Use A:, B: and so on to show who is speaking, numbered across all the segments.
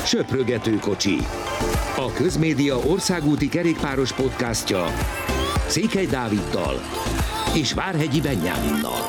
A: Söprögető kocsi. A Közmédia országúti kerékpáros podcastja Székely Dáviddal és Várhegyi Benyáminnal.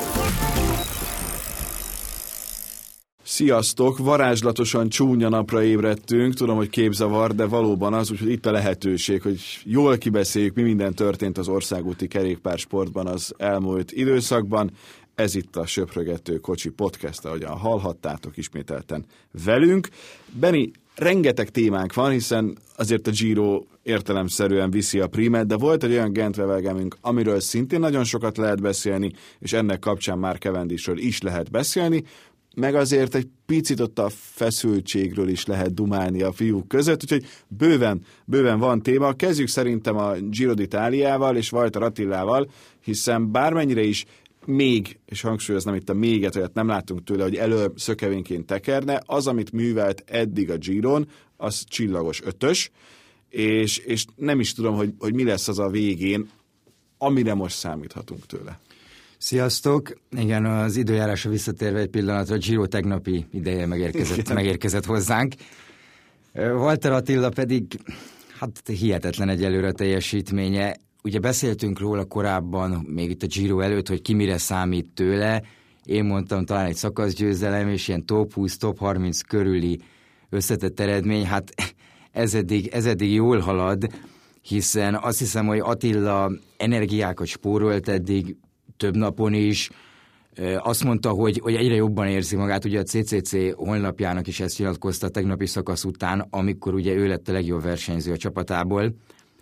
B: Sziasztok! Varázslatosan csúnya napra ébredtünk, tudom, hogy képzavar, de valóban az, úgyhogy itt a lehetőség, hogy jól kibeszéljük, mi minden történt az országúti kerékpársportban az elmúlt időszakban. Ez itt a Söprögető kocsi podcast, ahogyan hallhattátok ismételten velünk. Beni, rengeteg témánk van, hiszen azért a Giro értelemszerűen viszi a prímet, de volt egy olyan Gent-Wevelgemünk, amiről szintén nagyon sokat lehet beszélni, és ennek kapcsán már Cavendishről is lehet beszélni, meg azért egy picit ott a feszültségről is lehet dumálni a fiúk között, úgyhogy bőven van téma. Kezdjük szerintem a Giro d'Italiával és Walter Attilával, hiszen bármennyire is még, és hangsúlyoznám itt a méget, olyat nem láttunk tőle, hogy elő szökevényként tekerne, az, amit művelt eddig a Giron, az csillagos ötös, és nem is tudom, hogy mi lesz az a végén, amire most számíthatunk tőle.
C: Sziasztok! Igen, az időjárásra visszatérve egy pillanatra, a Giro tegnapi ideje megérkezett hozzánk. Walter Attila pedig, hát hihetetlen egyelőre teljesítménye. Ugye beszéltünk róla korábban, még itt a Giro előtt, hogy ki mire számít tőle. Én mondtam, talán egy szakaszgyőzelem, és ilyen top 20, top 30 körüli összetett eredmény. Hát ez eddig jól halad, hiszen azt hiszem, hogy Attila energiákat spórolt eddig, több napon is. Azt mondta, hogy egyre jobban érzi magát, ugye a CCC honlapjának is ezt nyilatkozta a tegnapi szakasz után, amikor ugye ő lett a legjobb versenyző a csapatából,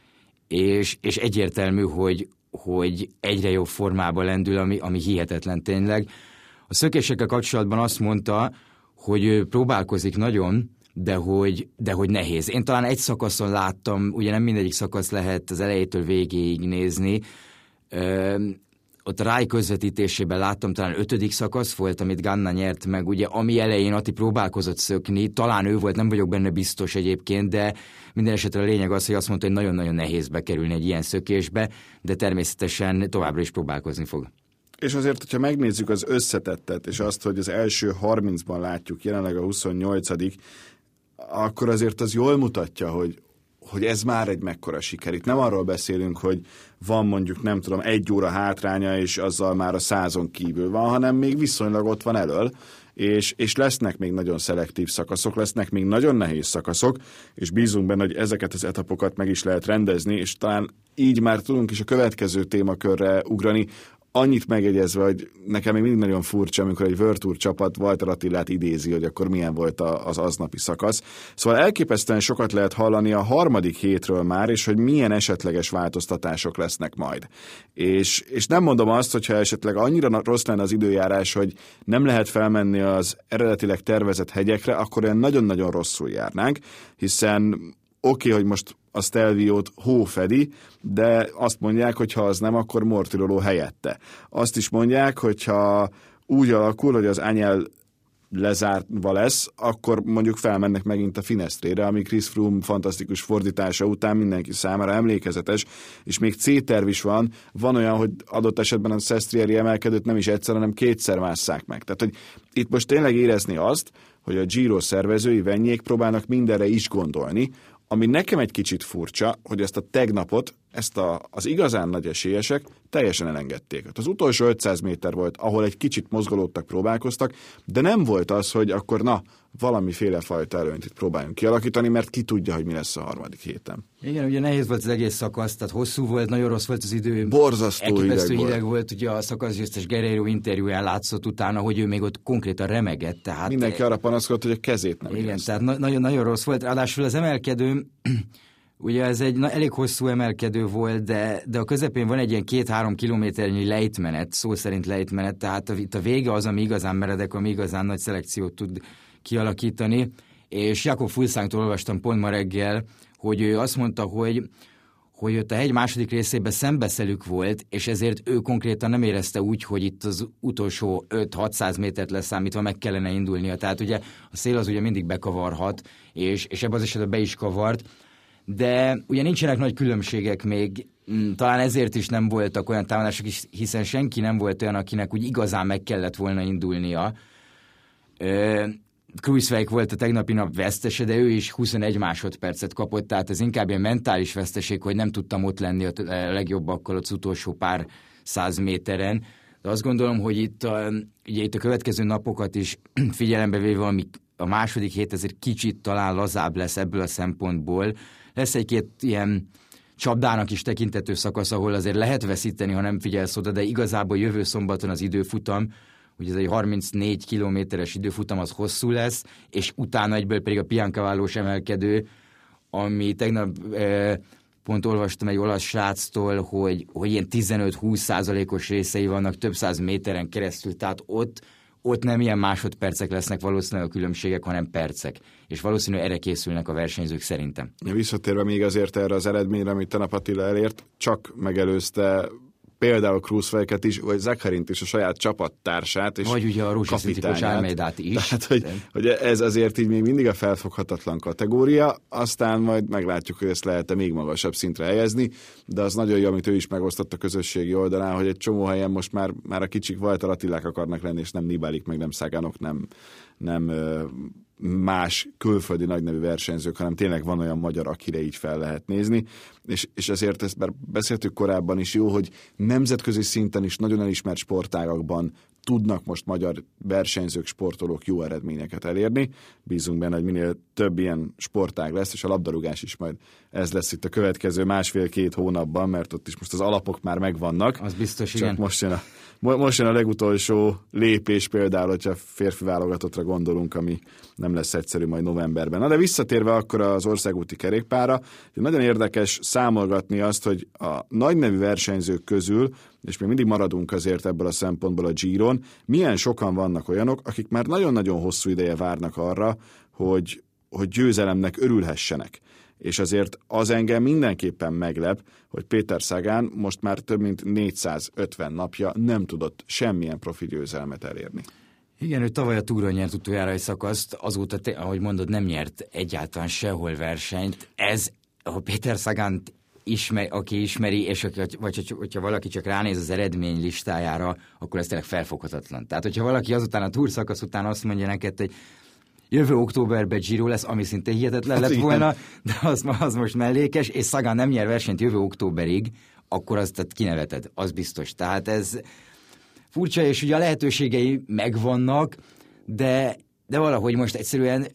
C: és egyértelmű, hogy egyre jobb formában lendül, ami hihetetlen tényleg. A szökésekkel kapcsolatban azt mondta, hogy ő próbálkozik nagyon, de hogy nehéz. Én talán egy szakaszon láttam, ugye nem mindegyik szakasz lehet az elejétől végéig nézni, ott a Rai közvetítésében láttam, talán 5. szakasz volt, amit Ganna nyert meg, ugye, ami elején Atti próbálkozott szökni, talán ő volt, nem vagyok benne biztos egyébként, de minden esetre a lényeg az, hogy azt mondta, hogy nagyon-nagyon nehéz bekerülni egy ilyen szökésbe, de természetesen továbbra is próbálkozni fog.
B: És azért, hogyha megnézzük az összetettet, és azt, hogy az első 30-ban látjuk, jelenleg a 28., akkor azért az jól mutatja, hogy ez már egy mekkora siker. Itt nem arról beszélünk, hogy van mondjuk, nem tudom, 1 óra hátránya, és azzal már a 100-on kívül van, hanem még viszonylag ott van elől, és lesznek még nagyon szelektív szakaszok, lesznek még nagyon nehéz szakaszok, és bízunk benne, hogy ezeket az etapokat meg is lehet rendezni, és talán így már tudunk is a következő témakörre ugrani, annyit megjegyezve, hogy nekem még mindig nagyon furcsa, amikor egy World Tour csapat Walter Attilát idézi, hogy akkor milyen volt az aznapi szakasz. Szóval elképesztően sokat lehet hallani a harmadik hétről már, és hogy milyen esetleges változtatások lesznek majd. És nem mondom azt, hogyha esetleg annyira rossz lenne az időjárás, hogy nem lehet felmenni az eredetileg tervezett hegyekre, akkor olyan nagyon-nagyon rosszul járnánk, hiszen oké, hogy most a Stelviót hó fedi, de azt mondják, hogy ha az nem, akkor Mortiroló helyette. Azt is mondják, hogyha úgy alakul, hogy az Anyel lezárva lesz, akkor mondjuk felmennek megint a Finestrére, ami Chris Froome fantasztikus fordítása után mindenki számára emlékezetes, és még C-terv is van olyan, hogy adott esetben a Sestrieri emelkedőt nem is egyszer, hanem 2-szer másszák meg. Tehát, hogy itt most tényleg érezni azt, hogy a Giro szervezői Vennyék próbálnak mindenre is gondolni, ami nekem egy kicsit furcsa, hogy ezt a tegnapot, az igazán nagy esélyesek teljesen elengedték. Az utolsó 500 méter volt, ahol egy kicsit mozgolódtak, próbálkoztak, de nem volt az, hogy akkor valamiféle fajta előnyt itt próbáljunk kialakítani, mert ki tudja, hogy mi lesz a harmadik héten.
C: Igen, ugye nehéz volt az egész szakasz, tehát hosszú volt, nagyon rossz volt az idő.
B: Borzasztó
C: hideg volt. Ugye a szakaszgyőztes Guerreiro interjúján látszott utána, hogy ő még ott konkrétan remegett. Tehát
B: mindenki arra panaszkodott, hogy a kezét nem
C: igen, tehát nagyon rossz volt. Ráadásul az emelkedő, ugye ez egy elég hosszú emelkedő volt, de a közepén van egy ilyen 2-3 kilométernyi lejtmenet, szó szerint lejtmenet, tehát itt a vége az, ami igazán meredek, ami igazán nagy szelekciót tud kialakítani, és Jakob Fuglsangtól olvastam pont ma reggel, hogy ő azt mondta, hogy ott a hegy második részében szembeszelük volt, és ezért ő konkrétan nem érezte úgy, hogy itt az utolsó 5-600 métert leszámítva meg kellene indulnia. Tehát ugye a szél az ugye mindig bekavarhat, és ebben az esetben be is kavart, de ugye nincsenek nagy különbségek még, talán ezért is nem voltak olyan támadások, hiszen senki nem volt olyan, akinek úgy igazán meg kellett volna indulnia. Kruijswijk volt a tegnapi nap vesztese, de ő is 21 másodpercet kapott, tehát ez inkább ilyen mentális veszteség, hogy nem tudtam ott lenni a legjobbakkal az utolsó pár 100 méteren. De azt gondolom, hogy itt a következő napokat is figyelembe véve, ami a második hét ezért kicsit talán lazább lesz ebből a szempontból. Lesz egy-két ilyen csapdának is tekintető szakasz, ahol azért lehet veszíteni, ha nem figyelsz oda, de igazából jövő szombaton az időfutam, ugye ez egy 34 kilométeres időfutam, az hosszú lesz, és utána egyből pedig a Piancavallós emelkedő, ami tegnap pont olvastam egy olasz sráctól, hogy ilyen 15-20%-os részei vannak több száz méteren keresztül, tehát ott nem ilyen másodpercek lesznek valószínűleg a különbségek, hanem percek. És valószínűleg erre készülnek a versenyzők szerintem.
B: Visszatérve még azért erre az eredményre, amit tegnap Attila elért, csak megelőzte például Kruijswijket is, vagy Zakharint is, a saját csapattársát, és
C: vagy ugye a Rózsaszín Titkos Almeidát is.
B: Tehát, hogy ez azért így még mindig a felfoghatatlan kategória, aztán majd meglátjuk, hogy ezt lehet-e még magasabb szintre helyezni, de az nagyon jó, amit ő is megosztott a közösségi oldalán, hogy egy csomó helyen most már a kicsik Walter Attilák akarnak lenni, és nem Nibalik, meg nem Saganok, nem más külföldi nagynevű versenyzők, hanem tényleg van olyan magyar, akire így fel lehet nézni, és ezért ezt már beszéltük korábban is, jó, hogy nemzetközi szinten is nagyon elismert sportágakban tudnak most magyar versenyzők, sportolók jó eredményeket elérni. Bízunk benne, hogy minél több ilyen sportág lesz, és a labdarúgás is majd ez lesz itt a következő 1,5-2 hónapban, mert ott is most az alapok már megvannak.
C: Az biztos,
B: csak
C: igen.
B: Most jön a legutolsó lépés például, hogyha férfi válogatottra gondolunk, ami nem lesz egyszerű majd novemberben. Na de visszatérve akkor az országúti kerékpárra, nagyon érdekes számolgatni azt, hogy a nagynevű versenyzők közül, és még mindig maradunk azért ebből a szempontból a Giron, milyen sokan vannak olyanok, akik már nagyon-nagyon hosszú ideje várnak arra, hogy győzelemnek örülhessenek. És azért az engem mindenképpen meglep, hogy Péter Sagan most már több mint 450 napja nem tudott semmilyen profi győzelmet elérni.
C: Igen, ő tavaly a Túron nyert utoljára egy szakaszt, azóta, ahogy mondod, nem nyert egyáltalán sehol versenyt. Ez, ha Péter Sagan aki ismeri, és hogyha valaki csak ránéz az eredmény listájára, akkor ez tényleg felfoghatatlan. Tehát, hogyha valaki azután a Túr szakasz után azt mondja neked, hogy jövő októberben Giro lesz, ami szinte hihetetlen lett volna, de az most mellékes, és Sagan nem nyer versenyt jövő októberig, akkor azt kineveted, az biztos. Tehát ez furcsa, és ugye a lehetőségei megvannak, de valahogy most egyszerűen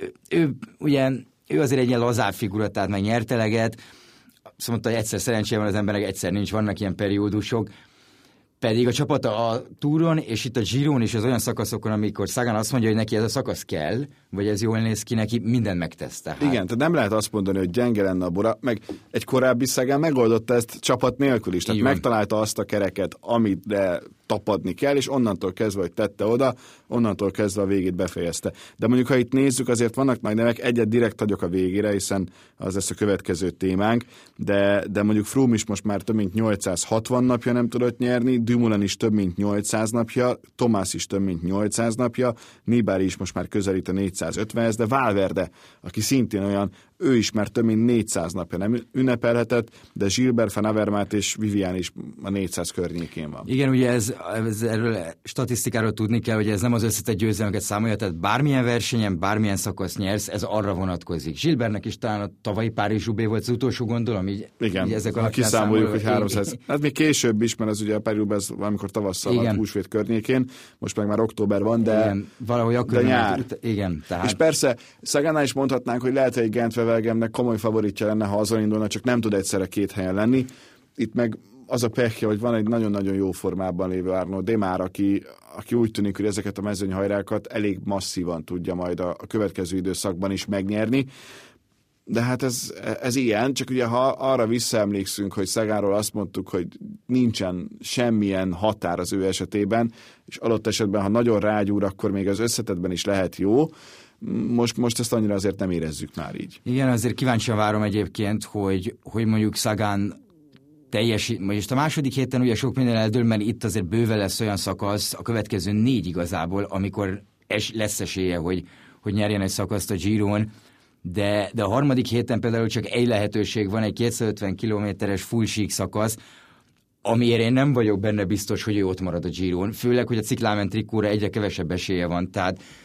C: ő azért egy ilyen lazább figura, tehát meg nyerteleget, azt mondta, hogy egyszer szerencséje van az embernek, egyszer nincs, vannak ilyen periódusok, pedig a csapata a Túron, és itt a Giron is az olyan szakaszokon, amikor Sagan azt mondja, hogy neki ez a szakasz kell, vagy ez jól néz ki, neki mindent megtesz. Tehát.
B: Igen, tehát nem lehet azt mondani, hogy gyenge lenne a Bora, meg egy korábbi Sagan megoldotta ezt csapat nélkül is, tehát megtalálta azt a kereket, amire tapadni kell, és onnantól kezdve, hogy tette oda, onnantól kezdve a végét befejezte. De mondjuk, ha itt nézzük, azért vannak nagy nevek, egyet direkt hagyok a végére, hiszen az lesz a következő témánk, de mondjuk Froome is most már több mint 860 napja nem tudott nyerni, Dumoulin is több mint 800 napja, Tomás is több mint 800 napja, Nibali is most már közelít a 450-hez, de Valverde, aki szintén olyan, ő is már több mint 400 napja nem ünnepelhetett, de Gilbert, Van Avermaet és Vivian is a 400 környékén van.
C: Igen, ugye ez erről statisztikáról tudni kell, hogy ez nem az összetett győzelmeket számolja, tehát bármilyen versenyen, bármilyen szakasz nyersz, ez arra vonatkozik. Gilbertnek is talán a tavalyi Párizs-Roubaix volt az utolsó, gondolom,
B: igen,
C: így ezek alapján
B: kiszámoljuk, hogy 300. Hát még később is, mert az ugye a Párizs-Roubaix valamikor tavasszal van, húsvét környékén, most meg már október van, de,
C: igen, valahogy akkor
B: de nyár.
C: Igen, tehát.
B: És persze, Sagannál is mondhatnánk, hogy lehet, hogy egy Gent-Wevelgemnek komoly favoritja lenne, ha azon indulna, csak nem tud egyszerre két helyen lenni. Itt meg az a pehje, hogy van egy nagyon-nagyon jó formában lévő Arnaud Démare, aki úgy tűnik, hogy ezeket a mezőnyhajrákat elég masszívan tudja majd a következő időszakban is megnyerni. De hát ez ilyen, csak ugye ha arra visszaemlékszünk, hogy Saganról azt mondtuk, hogy nincsen semmilyen határ az ő esetében, és adott esetben, ha nagyon rágyúr, akkor még az összetettben is lehet jó. Most ezt annyira azért nem érezzük már így.
C: Igen, azért kíváncsian várom egyébként, hogy mondjuk Sagan most a második héten ugye sok minden eldől, mert itt azért bőve lesz olyan szakasz, a következő 4 igazából, amikor lesz esélye, hogy nyerjen egy szakaszt a Giron, de a harmadik héten például csak egy lehetőség van, egy 250 kilométeres full sík szakasz, amiért én nem vagyok benne biztos, hogy ő ott marad a Giron, főleg, hogy a ciklámen trikóra egyre kevesebb esélye van, tehát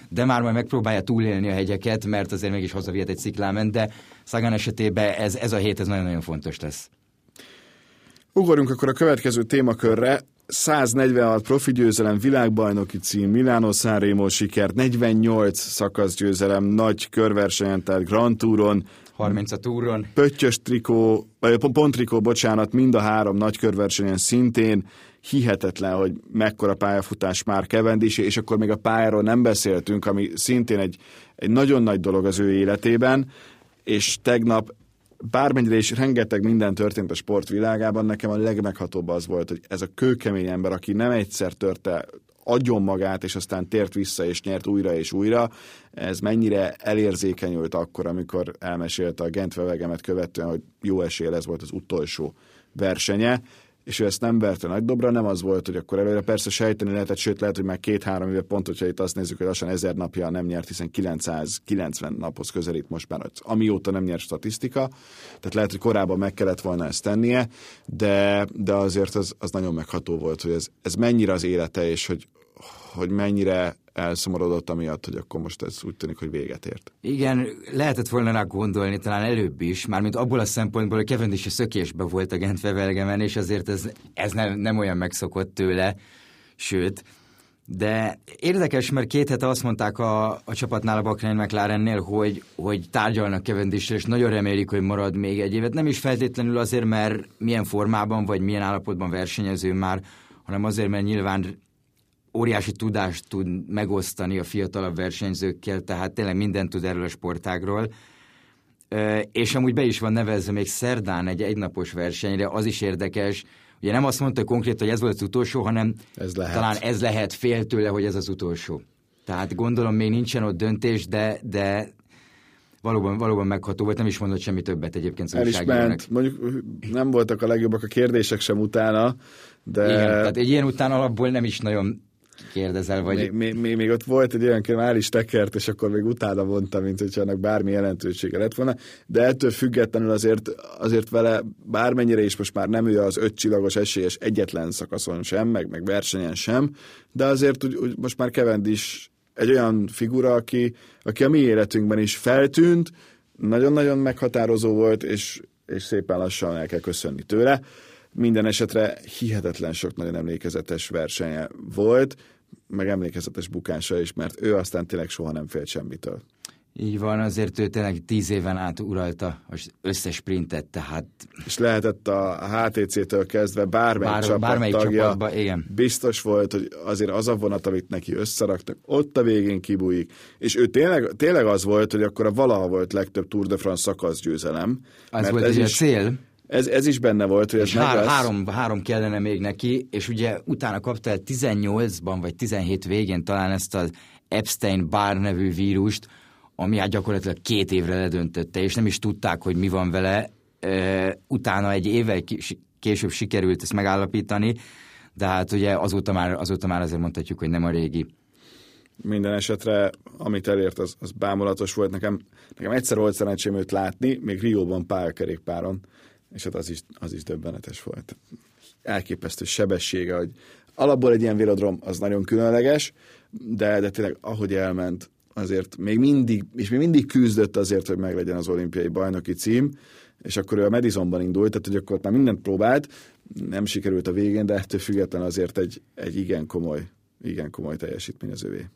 C: de már majd megpróbálja túlélni a hegyeket, mert azért mégis hazavihet egy sziklámen, de Sagan esetében ez a hét ez nagyon-nagyon fontos lesz.
B: Ugorjunk akkor a következő témakörre. 146 profi győzelem, világbajnoki cím, Milano-San Remo sikert, 48 szakaszgyőzelem, nagy körversenyen, tehát Grand Touron,
C: 30 a túron.
B: Pöttyös trikó, vagy ponttrikó, bocsánat, mind a 3 nagy körversenyen szintén. Hihetetlen, hogy mekkora pályafutás már Cavendish, és akkor még a pályáról nem beszéltünk, ami szintén egy nagyon nagy dolog az ő életében, és tegnap bármennyire is rengeteg minden történt a sportvilágában, nekem a legmeghatóbb az volt, hogy ez a kőkemény ember, aki nem egyszer törte agyon magát, és aztán tért vissza, és nyert újra és újra, ez mennyire elérzékenyült akkor, amikor elmesélte a Gent-Wevelgemet követően, hogy jó esélye ez volt az utolsó versenye, és ő ezt nem verte nagy dobra, nem az volt, hogy akkor előre persze sejteni lehetett, sőt lehet, hogy már 2-3 éve pont, hogyha itt azt nézzük, hogy lassan 1000 napja nem nyert, hiszen 990 naphoz közelít most már, amióta nem nyert statisztika, tehát lehet, hogy korábban meg kellett volna ezt tennie, de azért az nagyon megható volt, hogy ez mennyire az élete, és hogy mennyire elszomorodott amiatt, hogy akkor most ez úgy tűnik, hogy véget ért.
C: Igen, lehetett volna rá gondolni, talán előbb is, mármint abból a szempontból, hogy Cavendish szökésben volt a Gent-Wevelgemen, és azért ez nem olyan megszokott tőle, sőt. De érdekes, mert 2 hete azt mondták a csapatnál, a Bahrain McLarennél, hogy tárgyalnak Cavendishről, és nagyon remélik, hogy marad még egy évet. Nem is feltétlenül azért, mert milyen formában, vagy milyen állapotban versenyező már, hanem azért, mert nyilván óriási tudást tud megosztani a fiatalabb versenyzőkkel, tehát tényleg mindent tud erről a sportágról. És amúgy be is van nevezve még szerdán egy egynapos versenyre, az is érdekes. Ugye nem azt mondta konkrétan, hogy ez volt az utolsó, hanem talán ez lehet, fél tőle, hogy ez az utolsó. Tehát gondolom még nincsen ott döntés, de valóban megható volt, nem is mondott semmi többet egyébként.
B: El is ment, mondjuk nem voltak a legjobbak a kérdések sem utána, de...
C: Igen, tehát egy ilyen után alapból nem is nagyon kérdezel, vagy...
B: Még ott volt egy olyan kérdés, már is tekert, és akkor még utána mondta, mint hogyha annak bármi jelentősége lett volna, de ettől függetlenül azért vele bármennyire is most már nem ő az 5 csillagos esélyes egyetlen szakaszon sem, meg versenyen sem, de azért úgy most már Cavendish egy olyan figura, aki a mi életünkben is feltűnt, nagyon-nagyon meghatározó volt, és szépen lassan el kell köszönni tőle. Minden esetre hihetetlen sok nagyon emlékezetes versenye volt, meg emlékezetes bukása is, mert ő aztán tényleg soha nem félt semmitől.
C: Így van, azért ő tényleg 10 éven át uralta az összes sprintet, tehát...
B: És lehetett a HTC-től kezdve bármelyik csapattagja, biztos volt, hogy azért az a vonat, amit neki összeraktak, ott a végén kibújik. És ő tényleg az volt, hogy akkor a valaha volt legtöbb Tour de France szakaszgyőzelem.
C: Az volt ez a cél.
B: Ez is benne volt, hogy ez meg lesz.
C: Három kellene még neki, és ugye utána kapta el 18-ban, vagy 17 végén talán ezt az Epstein-Barr nevű vírust, ami hát gyakorlatilag 2 évre ledöntötte, és nem is tudták, hogy mi van vele. Utána egy évvel később sikerült ezt megállapítani, de hát ugye azóta már azért mondhatjuk, hogy nem a régi.
B: Minden esetre, amit elért, az bámulatos volt. Nekem egyszer volt szerencsém őt látni, még Rióban pályakerékpáron, és hát az is döbbenetes volt. Elképesztő sebessége, hogy alapból egy ilyen velodrom az nagyon különleges, de tényleg ahogy elment, azért még mindig küzdött azért, hogy meglegyen az olimpiai bajnoki cím, és akkor ő a Madisonban indult, tehát hogy akkor ott már mindent próbált, nem sikerült a végén, de ettől független azért egy igen komoly teljesítmény az övé.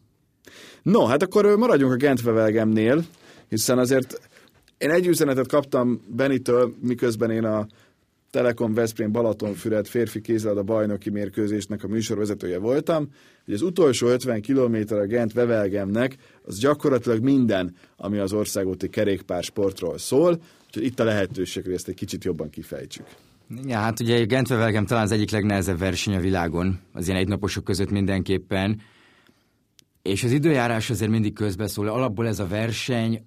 B: No, hát akkor maradjunk a Gent-Wevelgemnél, hiszen azért én egy üzenetet kaptam Benitől, miközben én a Telekom Veszprém Balatonfüred férfi kézilabda bajnoki mérkőzésnek a műsorvezetője voltam, hogy az utolsó 50 kilométer a Gent-Wevelgemnek az gyakorlatilag minden, ami az országúti kerékpársportról szól, úgyhogy itt a lehetőség, hogy ezt egy kicsit jobban kifejtsük.
C: Ja, hát ugye Gent-Wevelgem talán az egyik legnehezebb verseny a világon, az ilyen egynaposok között mindenképpen, és az időjárás azért mindig közbeszól. Alapból ez a verseny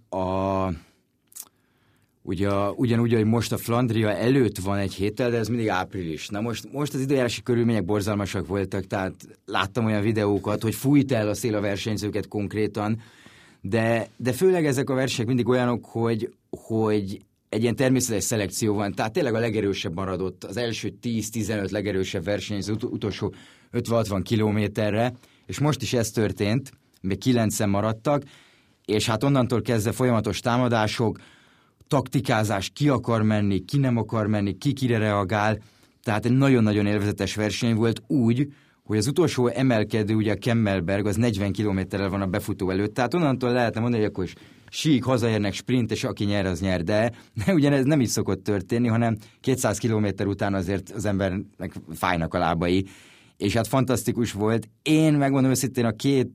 C: ugyanúgy, hogy most a Flandria előtt van egy héttel, de ez mindig április. Na most az időjárási körülmények borzalmasak voltak, tehát láttam olyan videókat, hogy fújt el a szél a versenyzőket konkrétan, de főleg ezek a versenyek mindig olyanok, hogy egy ilyen természetes szelekció van, tehát tényleg a legerősebb maradott, az első 10-15 legerősebb versenyző utolsó 50-60 kilométerre, és most is ez történt, még 9-en maradtak, és hát onnantól kezdve folyamatos támadások, taktikázás, ki akar menni, ki nem akar menni, ki kire reagál, tehát egy nagyon-nagyon élvezetes verseny volt úgy, hogy az utolsó emelkedő, ugye a Kemmelberg, az 40 kilométerrel van a befutó előtt, tehát onnantól lehetne mondani, hogy akkor is sík, hazaérnek, sprint, és aki nyer, az nyer, de ugyanez nem így szokott történni, hanem 200 kilométer után azért az embernek fájnak a lábai, és hát fantasztikus volt. Én megmondom őszintén,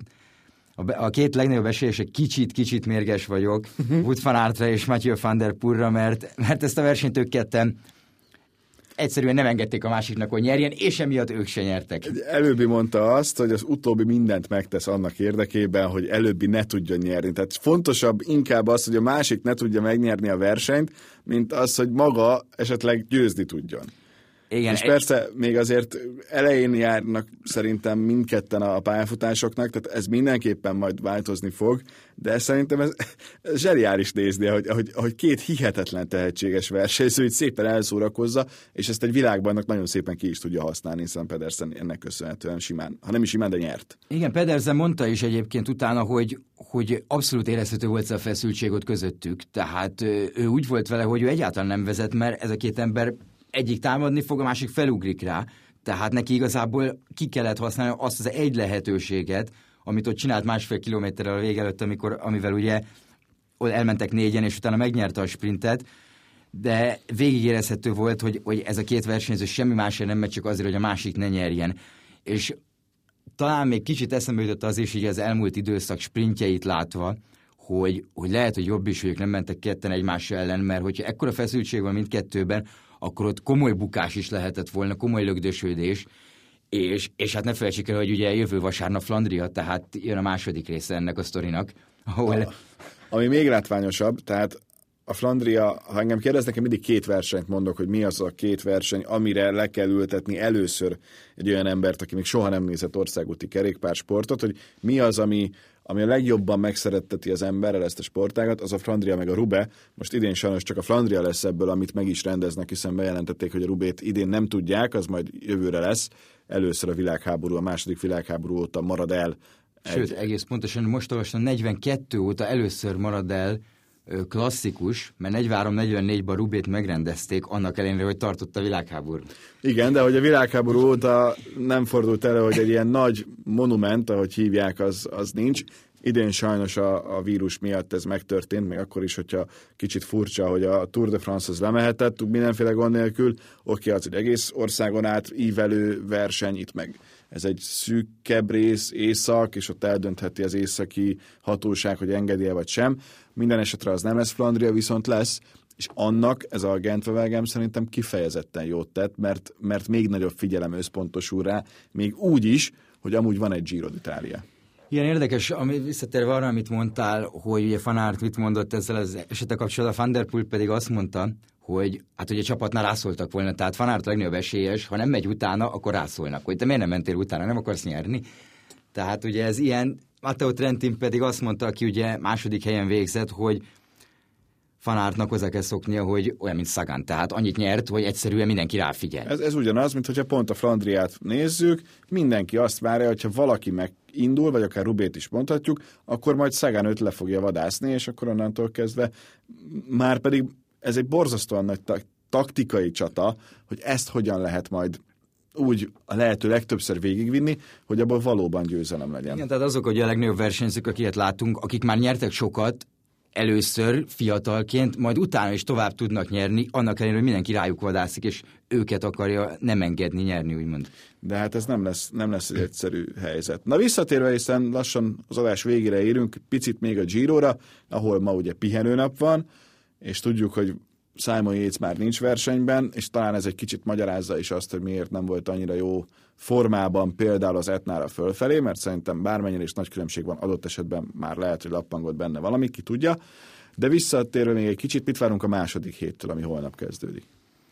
C: a két legnagyobb esélyes, egy kicsit mérges vagyok, Wout van Aertre és Mathieu van der Poelre, mert ezt a versenyt ők ketten egyszerűen nem engedték a másiknak, hogy nyerjen, és emiatt ők se nyertek.
B: Előbbi mondta azt, hogy az utóbbi mindent megtesz annak érdekében, hogy előbbi ne tudjon nyerni. Tehát fontosabb inkább az, hogy a másik ne tudja megnyerni a versenyt, mint az, hogy maga esetleg győzni tudjon. Igen, és persze még azért elején járnak szerintem mindketten a pályafutásoknak, tehát ez mindenképpen majd változni fog, de szerintem ez zseniális nézni, ahogy két hihetetlen tehetséges versenyző így szépen elszórakozza, és ezt egy világbajnok nagyon szépen ki is tudja használni, hiszen Pedersen ennek köszönhetően simán, ha nem is simán, de nyert. Igen,
C: Pedersen mondta is egyébként utána, hogy abszolút érezhető volt a feszültség ott közöttük, tehát ő úgy volt vele, hogy ő egyáltalán nem vezet, mert ez a két ember egyik támadni fog, a másik felugrik rá, tehát neki igazából ki kellett használni azt az egy lehetőséget, amit ott csinált 1,5 kilométerrel a vége előtt, amivel ugye elmentek 4-en, és utána megnyerte a sprintet, de végigérezhető volt, hogy ez a két versenyző semmi másért nem megy, csak azért, hogy a másik ne nyerjen. És talán még kicsit eszembe jutott az is, hogy az elmúlt időszak sprintjeit látva, hogy lehet, hogy jobb is, hogy ők nem mentek ketten egymás ellen, mert hogyha ekkora feszültség van mindkettőben, akkor ott komoly bukás is lehetett volna, komoly lögdösödés, és hát ne felejtsük el, hogy ugye jövő vasárnap Flandria, tehát jön a második része ennek a sztorinak, ahol...
B: Ami még látványosabb, tehát a Flandria, ha engem kérdeznek, én mindig két versenyt mondok, hogy mi az a két verseny, amire le kell ültetni először egy olyan embert, aki még soha nem nézett országúti kerékpársportot, hogy mi az, ami a legjobban megszeretteti az emberrel ezt a sportágat, az a Flandria meg a Roubaix. Most idén sajnos csak a Flandria lesz ebből, amit meg is rendeznek, hiszen bejelentették, hogy a Roubaix idén nem tudják, az majd jövőre lesz. Először a második világháború óta marad el.
C: Sőt, egész pontosan most olvastam, 42 óta először marad el klasszikus, mert 43-44-ben Roubaix-t megrendezték, annak ellenére, hogy tartott a világháború.
B: Igen, de hogy a világháború óta nem fordult elő, hogy egy ilyen nagy monument, ahogy hívják, az nincs. Idén sajnos a vírus miatt ez megtörtént, még akkor is, hogyha kicsit furcsa, hogy a Tour de France-hoz lemehetett mindenféle gond nélkül. Oké, az egy egész országon át ívelő verseny, itt meg ez egy szűkebb rész, észak, és ott eldöntheti az északi hatóság, hogy engedi-e vagy sem. Minden esetre az nem lesz Flandria, viszont lesz, és annak ez a Gent-Wevelgem szerintem kifejezetten jót tett, mert még nagyobb figyelem összpontosul rá, még úgy is, hogy amúgy van egy Giro d'Italia.
C: Ilyen érdekes, visszatérve arra, amit mondtál, hogy ugye Van Aert mit mondott ezzel az esetek kapcsolatban, Van der Poel pedig azt mondta, hogy hát ugye a csapatnál rászóltak volna, tehát Van Aert a legnagyobb esélyes, ha nem megy utána, akkor rászólnak, hogy te miért nem mentél utána, nem akarsz nyerni. Tehát ugye ez ilyen, Matteo Trentin pedig azt mondta, aki ugye második helyen végzett, hogy Van Aertnak hozzá kell szoknia, hogy olyan, mint Sagan, tehát annyit nyert, hogy egyszerűen mindenki ráfigyel.
B: Ez ugyanaz, mint hogyha pont a Flandriát nézzük, mindenki azt várja, hogyha valaki megindul, vagy akár Roubaix-t is mondhatjuk, akkor majd Sagan őt le fogja vadászni, és akkor onnantól kezdve már pedig ez egy borzasztóan nagy taktikai csata, hogy ezt hogyan lehet majd úgy a lehető legtöbbször végigvinni, hogy abból valóban győzelem legyen.
C: Igen, tehát azok, hogy a legnagyobb versenyzők, akiket látunk, akik már nyertek sokat, először fiatalként, majd utána is tovább tudnak nyerni, annak ellenére, hogy mindenki rájuk vadászik, és őket akarja nem engedni nyerni, úgymond.
B: De hát ez nem lesz egy egyszerű helyzet. Na visszatérve, hiszen lassan az adás végére érünk, picit még a Girora, ahol ma ugye pihenőnap van, és tudjuk, hogy Simon Yates már nincs versenyben, és talán ez egy kicsit magyarázza is azt, hogy miért nem volt annyira jó formában például az Etnára fölfelé, mert szerintem bármennyire is nagy különbség van, adott esetben már lehet, hogy lappangott benne valami, ki tudja. De visszatérve még egy kicsit, mit várunk a második héttől, ami holnap kezdődik?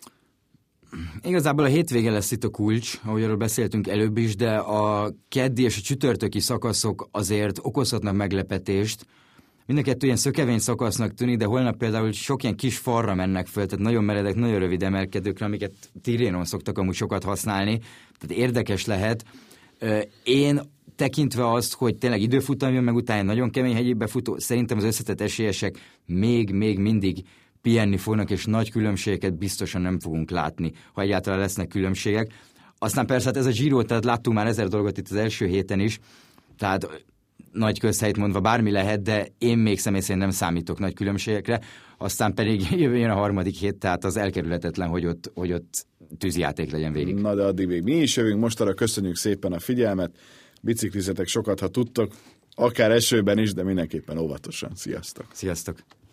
C: Igazából a hétvége lesz itt a kulcs, ahogy arról beszéltünk előbb is, de a keddi és a csütörtöki szakaszok azért okozhatnak meglepetést. Mind a kettő ilyen szökevény szakasznak tűnik, de holnap például sok ilyen kis falra mennek föl, tehát nagyon meredek, nagyon rövid emelkedőkre, amiket Tirénon szoktak amúgy sokat használni, tehát érdekes lehet. Én tekintve azt, hogy tényleg időfutam jön, meg utána nagyon kemény hegyi befutó, szerintem az összetett esélyesek még mindig pihenni fognak, és nagy különbségeket biztosan nem fogunk látni, ha egyáltalán lesznek különbségek. Aztán persze hát ez a Giro, tehát láttunk már 1000 dolgot itt az első héten is, tehát nagy közhelyt mondva bármi lehet, de én még személy szerint nem számítok nagy különbségekre, aztán pedig jön a harmadik hét, tehát az elkerülhetetlen, hogy ott tűzijáték legyen végig.
B: Na de addig még mi is jövünk, mostanra köszönjük szépen a figyelmet, biciklizetek sokat, ha tudtok, akár esőben is, de mindenképpen óvatosan. Sziasztok!
C: Sziasztok!